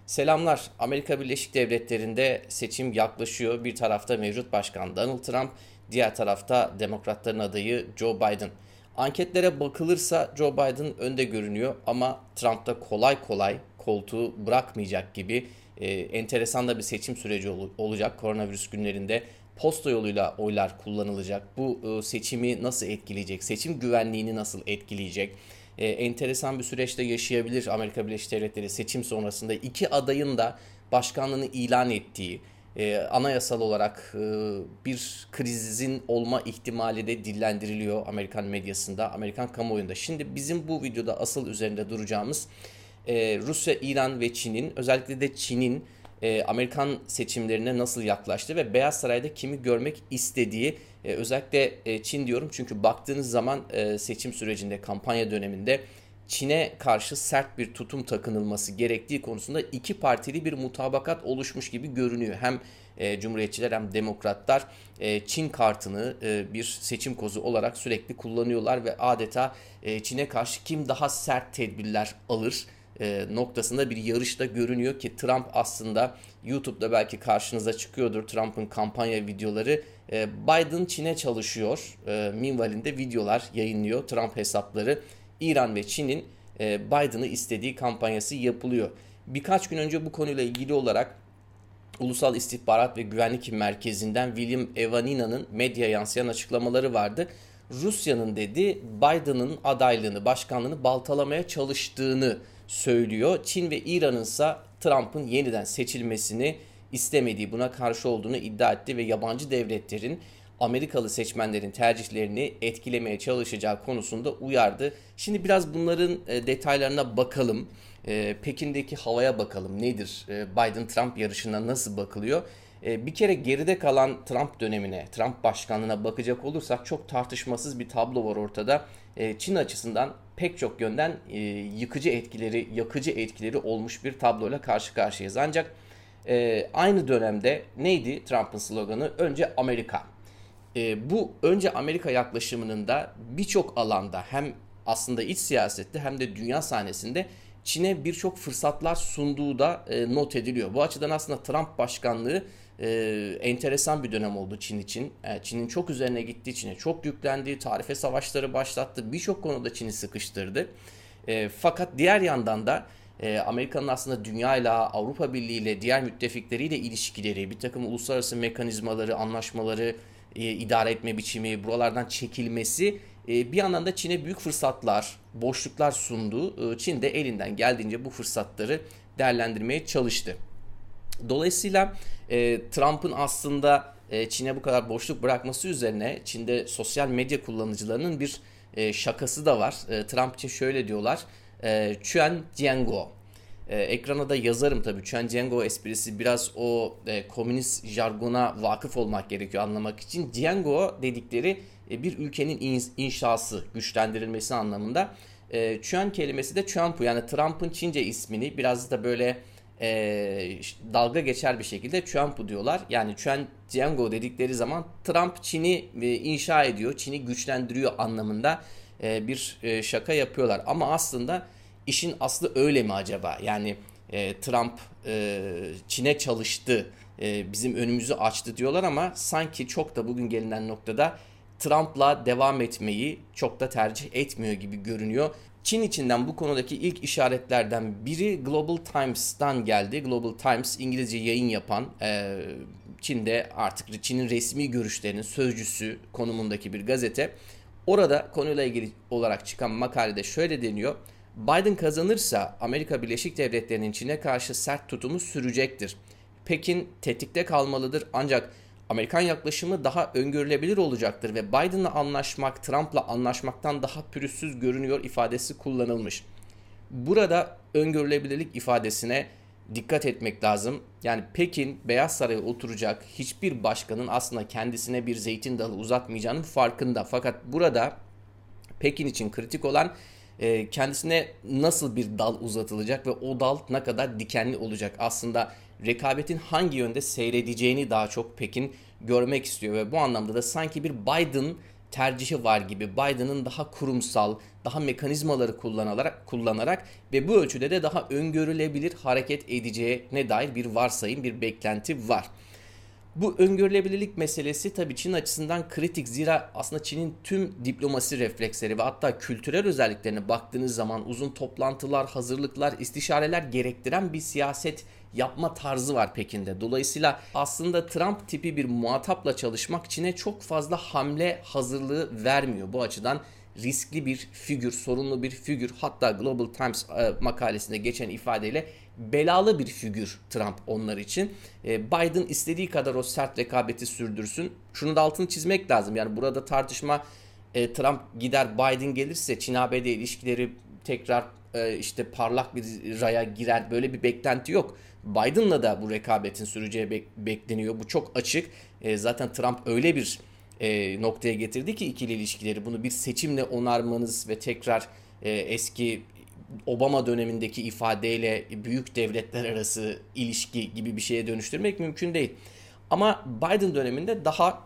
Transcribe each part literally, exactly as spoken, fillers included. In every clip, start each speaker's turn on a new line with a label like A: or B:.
A: Selamlar. Amerika Birleşik Devletleri'nde seçim yaklaşıyor. Bir tarafta mevcut başkan Donald Trump, diğer tarafta Demokratların adayı Joe Biden. Anketlere bakılırsa Joe Biden önde görünüyor ama Trump da kolay kolay koltuğu bırakmayacak gibi e, enteresan da bir seçim süreci ol- olacak. Koronavirüs günlerinde posta yoluyla oylar kullanılacak. Bu e, seçimi nasıl etkileyecek? Seçim güvenliğini nasıl etkileyecek? e, enteresan bir süreçte yaşayabilir Amerika Birleşik Devletleri seçim sonrasında. İki adayın da başkanlığını ilan ettiği, e, anayasal olarak e, bir krizin olma ihtimali de dillendiriliyor Amerikan medyasında, Amerikan kamuoyunda. Şimdi bizim bu videoda asıl üzerinde duracağımız e, Rusya, İran ve Çin'in, özellikle de Çin'in e, Amerikan seçimlerine nasıl yaklaştı ve Beyaz Saray'da kimi görmek istediği, e, özellikle e, Çin diyorum çünkü baktığınız zaman e, seçim sürecinde, kampanya döneminde Çin'e karşı sert bir tutum takınılması gerektiği konusunda iki partili bir mutabakat oluşmuş gibi görünüyor. Hem e, Cumhuriyetçiler hem Demokratlar e, Çin kartını e, bir seçim kozu olarak sürekli kullanıyorlar ve adeta e, Çin'e karşı kim daha sert tedbirler alır e, noktasında bir yarışta görünüyor ki Trump aslında YouTube'da belki karşınıza çıkıyordur Trump'ın kampanya videoları. E, Biden Çin'e çalışıyor e, minvalinde videolar yayınlıyor Trump hesapları. İran ve Çin'in e, Biden'ı istediği kampanyası yapılıyor. Birkaç gün önce bu konuyla ilgili olarak Ulusal İstihbarat ve Güvenlik Merkezi'nden William Evanina'nın medya yansıyan açıklamaları vardı. Rusya'nın dedi Biden'ın adaylığını, başkanlığını baltalamaya çalıştığını söylüyor. Çin ve İran'ın ise Trump'ın yeniden seçilmesini istemediği, buna karşı olduğunu iddia etti ve yabancı devletlerin Amerikalı seçmenlerin tercihlerini etkilemeye çalışacağı konusunda uyardı. Şimdi biraz bunların e, detaylarına bakalım. E, Pekin'deki havaya bakalım. Nedir? E, Biden-Trump yarışına nasıl bakılıyor? E, bir kere geride kalan Trump dönemine, Trump başkanlığına bakacak olursak çok tartışmasız bir tablo var ortada. E, Çin açısından pek çok yönden e, yıkıcı etkileri, yakıcı etkileri olmuş bir tabloyla karşı karşıyayız. Ancak e, aynı dönemde neydi Trump'ın sloganı? Önce Amerika. E, bu önce Amerika yaklaşımının da birçok alanda hem aslında iç siyasette hem de dünya sahnesinde Çin'e birçok fırsatlar sunduğu da e, not ediliyor. Bu açıdan aslında Trump başkanlığı e, enteresan bir dönem oldu Çin için. E, Çin'in çok üzerine gittiği, Çin'e çok yüklendiği, tarife savaşları başlattı. Birçok konuda Çin'i sıkıştırdı. E, fakat diğer yandan da e, Amerika'nın aslında dünyayla, Avrupa Birliği ile, diğer müttefikleriyle ilişkileri, bir takım uluslararası mekanizmaları, anlaşmaları, e, idare etme biçimi, buralardan çekilmesi e, bir yandan da Çin'e büyük fırsatlar, boşluklar sundu. E, Çin de elinden geldiğince bu fırsatları değerlendirmeye çalıştı. Dolayısıyla e, Trump'ın aslında e, Çin'e bu kadar boşluk bırakması üzerine Çin'de sosyal medya kullanıcılarının bir e, şakası da var. E, Trump için şöyle diyorlar. E, Chuan Jianguo. E, ekrana da yazarım tabii. Chuan Jianguo esprisi biraz o e, komünist jargona vakıf olmak gerekiyor anlamak için. Jianguo dedikleri e, bir ülkenin in, inşası, güçlendirilmesi anlamında. E, Chuan kelimesi de Chuanpu, yani Trump'ın Çince ismini biraz da böyle e, dalga geçer bir şekilde Chuanpu diyorlar. Yani Chuan Jianguo dedikleri zaman Trump Çin'i e, inşa ediyor, Çin'i güçlendiriyor anlamında e, bir e, şaka yapıyorlar. Ama aslında işin aslı öyle mi acaba? Yani e, Trump e, Çin'e çalıştı, e, bizim önümüzü açtı diyorlar ama sanki çok da bugün gelinen noktada Trump'la devam etmeyi çok da tercih etmiyor gibi görünüyor. Çin içinden bu konudaki ilk işaretlerden biri Global Times'tan geldi. Global Times İngilizce yayın yapan, e, Çin'de artık Çin'in resmi görüşlerinin sözcüsü konumundaki bir gazete. Orada konuyla ilgili olarak çıkan makalede şöyle deniyor. Biden kazanırsa Amerika Birleşik Devletleri'nin Çin'e karşı sert tutumu sürecektir. Pekin tetikte kalmalıdır ancak Amerikan yaklaşımı daha öngörülebilir olacaktır ve Biden'la anlaşmak Trump'la anlaşmaktan daha pürüzsüz görünüyor ifadesi kullanılmış. Burada öngörülebilirlik ifadesine dikkat etmek lazım. Yani Pekin Beyaz Saray'a oturacak hiçbir başkanın aslında kendisine bir zeytin dalı uzatmayacağının farkında. Fakat burada Pekin için kritik olan e, kendisine nasıl bir dal uzatılacak ve o dal ne kadar dikenli olacak. Aslında rekabetin hangi yönde seyredeceğini daha çok Pekin görmek istiyor ve bu anlamda da sanki bir Biden tercihi var gibi. Biden'ın daha kurumsal, daha mekanizmaları kullanarak, kullanarak ve bu ölçüde de daha öngörülebilir hareket edeceğine dair bir varsayım, bir beklenti var. Bu öngörülebilirlik meselesi tabii Çin açısından kritik. Zira aslında Çin'in tüm diplomasi refleksleri ve hatta kültürel özelliklerine baktığınız zaman uzun toplantılar, hazırlıklar, istişareler gerektiren bir siyaset yapma tarzı var Pekin'de. Dolayısıyla aslında Trump tipi bir muhatapla çalışmak Çin'e çok fazla hamle hazırlığı vermiyor. Bu açıdan riskli bir figür, sorunlu bir figür. Hatta Global Times e, makalesinde geçen ifadeyle belalı bir figür Trump onlar için. E, Biden istediği kadar o sert rekabeti sürdürsün. Şunu da altını çizmek lazım. Yani burada tartışma e, Trump gider Biden gelirse Çin-A B D ilişkileri tekrar e, işte parlak bir raya girer. Böyle bir beklenti yok. Biden'la da bu rekabetin süreceği bek- bekleniyor. Bu çok açık. E, zaten Trump öyle bir e, noktaya getirdi ki ikili ilişkileri. Bunu bir seçimle onarmanız ve tekrar e, eski Obama dönemindeki ifadeyle büyük devletler arası ilişki gibi bir şeye dönüştürmek mümkün değil. Ama Biden döneminde daha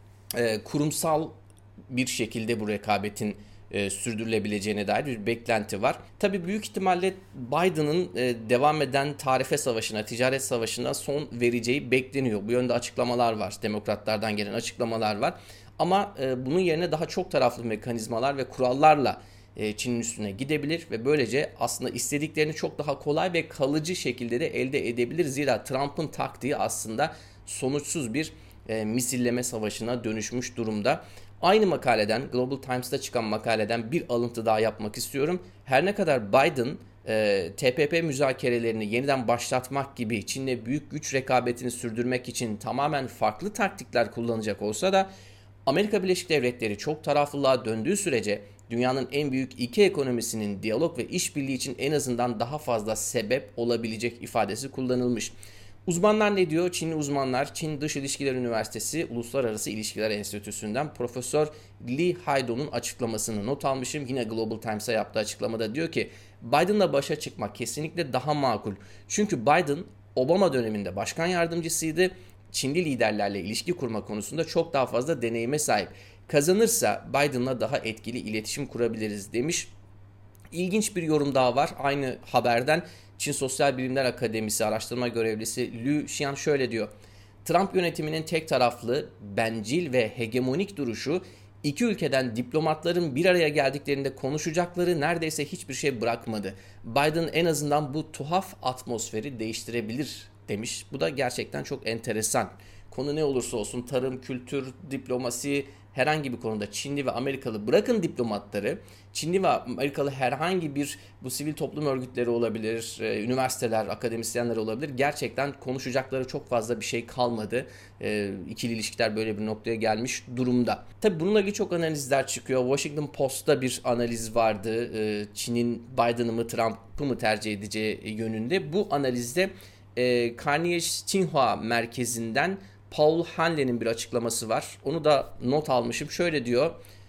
A: e, kurumsal bir şekilde bu rekabetin e, sürdürülebileceğine dair bir beklenti var. Tabii büyük ihtimalle Biden'ın e, devam eden tarife savaşına, ticaret savaşına son vereceği bekleniyor. Bu yönde açıklamalar var. Demokratlardan gelen açıklamalar var. Ama e, bunun yerine daha çok taraflı mekanizmalar ve kurallarla e, Çin'in üstüne gidebilir ve böylece aslında istediklerini çok daha kolay ve kalıcı şekilde de elde edebilir. Zira Trump'ın taktiği aslında sonuçsuz bir e, misilleme savaşına dönüşmüş durumda. Aynı makaleden, Global Times'ta çıkan makaleden bir alıntı daha yapmak istiyorum. Her ne kadar Biden e, T P P müzakerelerini yeniden başlatmak gibi Çin'le büyük güç rekabetini sürdürmek için tamamen farklı taktikler kullanacak olsa da Amerika Birleşik Devletleri çok taraflılığa döndüğü sürece dünyanın en büyük iki ekonomisinin diyalog ve işbirliği için en azından daha fazla sebep olabilecek ifadesi kullanılmış. Uzmanlar ne diyor? Çinli uzmanlar, Çin Dış İlişkiler Üniversitesi Uluslararası İlişkiler Enstitüsü'nden Profesör Lee Haidong'un açıklamasını not almışım. Yine Global Times'a yaptığı açıklamada diyor ki Biden'la başa çıkmak kesinlikle daha makul. Çünkü Biden Obama döneminde başkan yardımcısıydı. Çinli liderlerle ilişki kurma konusunda çok daha fazla deneyime sahip. Kazanırsa Biden'la daha etkili iletişim kurabiliriz demiş. İlginç bir yorum daha var aynı haberden. Çin Sosyal Bilimler Akademisi araştırma görevlisi Liu Xian şöyle diyor. Trump yönetiminin tek taraflı, bencil ve hegemonik duruşu iki ülkeden diplomatların bir araya geldiklerinde konuşacakları neredeyse hiçbir şey bırakmadı. Biden en azından bu tuhaf atmosferi değiştirebilir demiş. Bu da gerçekten çok enteresan. Konu ne olursa olsun tarım, kültür, diplomasi herhangi bir konuda Çinli ve Amerikalı bırakın diplomatları, Çinli ve Amerikalı herhangi bir bu sivil toplum örgütleri olabilir, e, üniversiteler, akademisyenler olabilir. Gerçekten konuşacakları çok fazla bir şey kalmadı. E, ikili ilişkiler böyle bir noktaya gelmiş durumda. Tabii bununla ilgili çok analizler çıkıyor. Washington Post'ta bir analiz vardı. E, Çin'in Biden'ı mı Trump'ı mı tercih edeceği yönünde. Bu analizde e, Carnegie Tsinghua merkezinden Paul Hanle'nin bir açıklaması var. Onu da not almışım. Şöyle diyor.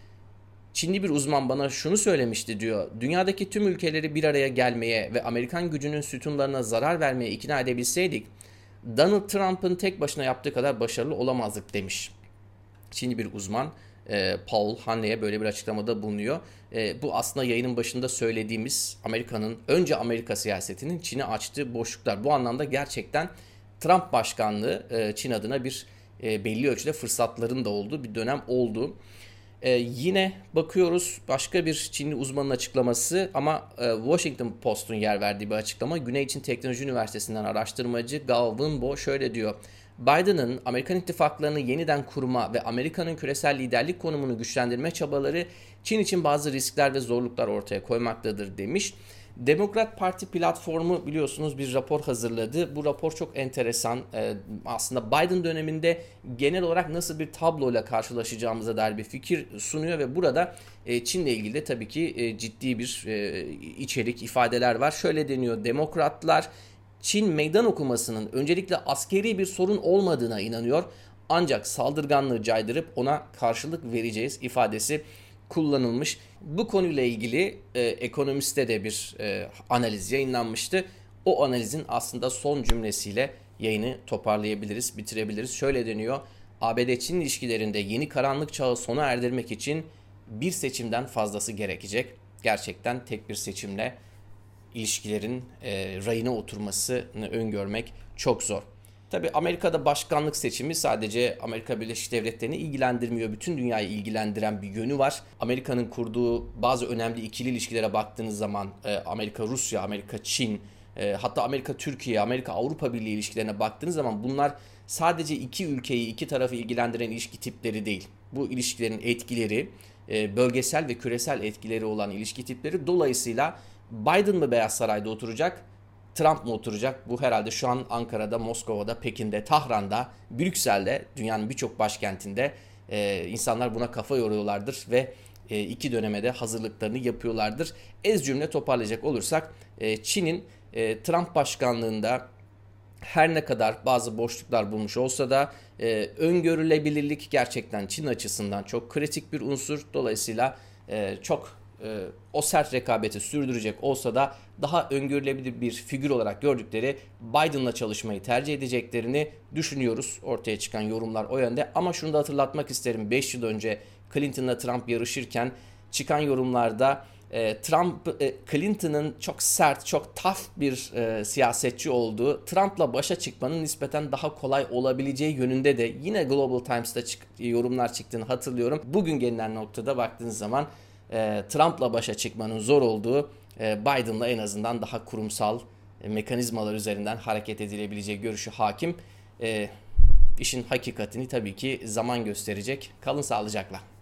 A: Çinli bir uzman bana şunu söylemişti diyor. Dünyadaki tüm ülkeleri bir araya gelmeye ve Amerikan gücünün sütunlarına zarar vermeye ikna edebilseydik Donald Trump'ın tek başına yaptığı kadar başarılı olamazdık demiş. Çinli bir uzman e, Paul Hanle'ye böyle bir açıklamada bulunuyor. E, bu aslında yayının başında söylediğimiz Amerika'nın, önce Amerika siyasetinin Çin'e açtığı boşluklar. Bu anlamda gerçekten Trump başkanlığı e, Çin adına bir e, belli ölçüde fırsatların da olduğu bir dönem oldu. E, yine bakıyoruz başka bir Çinli uzmanın açıklaması ama e, Washington Post'un yer verdiği bir açıklama. Güney Çin Teknoloji Üniversitesi'nden araştırmacı Gao Wenbo şöyle diyor. Biden'ın Amerikan ittifaklarını yeniden kurma ve Amerika'nın küresel liderlik konumunu güçlendirme çabaları Çin için bazı riskler ve zorluklar ortaya koymaktadır demiş. Demokrat Parti platformu biliyorsunuz bir rapor hazırladı. Bu rapor çok enteresan. Ee, aslında Biden döneminde genel olarak nasıl bir tabloyla karşılaşacağımıza dair bir fikir sunuyor ve burada e, Çin'le ilgili de tabii ki e, ciddi bir e, içerik, ifadeler var. Şöyle deniyor: Demokratlar Çin meydan okumasının öncelikle askeri bir sorun olmadığına inanıyor. Ancak saldırganlığı caydırıp ona karşılık vereceğiz ifadesi kullanılmış. Bu konuyla ilgili e, Ekonomist'te de bir e, analiz yayınlanmıştı. O analizin aslında son cümlesiyle yayını toparlayabiliriz, bitirebiliriz. Şöyle deniyor: A B D-Çin ilişkilerinde yeni karanlık çağı sona erdirmek için bir seçimden fazlası gerekecek. Gerçekten tek bir seçimle ilişkilerin e, rayına oturmasını öngörmek çok zor. Tabii Amerika'da başkanlık seçimi sadece Amerika Birleşik Devletleri'ni ilgilendirmiyor. Bütün dünyayı ilgilendiren bir yönü var. Amerika'nın kurduğu bazı önemli ikili ilişkilere baktığınız zaman e, Amerika-Rusya, Amerika-Çin, e, hatta Amerika-Türkiye, Amerika-Avrupa Birliği ilişkilerine baktığınız zaman bunlar sadece iki ülkeyi, iki tarafı ilgilendiren ilişki tipleri değil. Bu ilişkilerin etkileri, e, bölgesel ve küresel etkileri olan ilişki tipleri. Dolayısıyla Biden mı Beyaz Saray'da oturacak, Trump mı oturacak? Bu herhalde şu an Ankara'da, Moskova'da, Pekin'de, Tahran'da, Brüksel'de, dünyanın birçok başkentinde e, insanlar buna kafa yoruyorlardır ve e, iki döneme de hazırlıklarını yapıyorlardır. Ez cümle toparlayacak olursak e, Çin'in e, Trump başkanlığında her ne kadar bazı boşluklar bulmuş olsa da e, öngörülebilirlik gerçekten Çin açısından çok kritik bir unsur. Dolayısıyla e, çok e, o sert rekabeti sürdürecek olsa da daha öngörülebilir bir figür olarak gördükleri Biden'la çalışmayı tercih edeceklerini düşünüyoruz. Ortaya çıkan yorumlar o yönde. Ama şunu da hatırlatmak isterim. beş yıl önce Clinton'la Trump yarışırken çıkan yorumlarda Trump, Clinton'ın çok sert, çok tough bir e, siyasetçi olduğu, Trump'la başa çıkmanın nispeten daha kolay olabileceği yönünde de yine Global Times'ta çık, yorumlar çıktığını hatırlıyorum. Bugün gelinen noktada baktığınız zaman e, Trump'la başa çıkmanın zor olduğu, e, Biden'la en azından daha kurumsal e, mekanizmalar üzerinden hareket edilebileceği görüşü hakim. E, işin hakikatini tabii ki zaman gösterecek. Kalın sağlıcakla.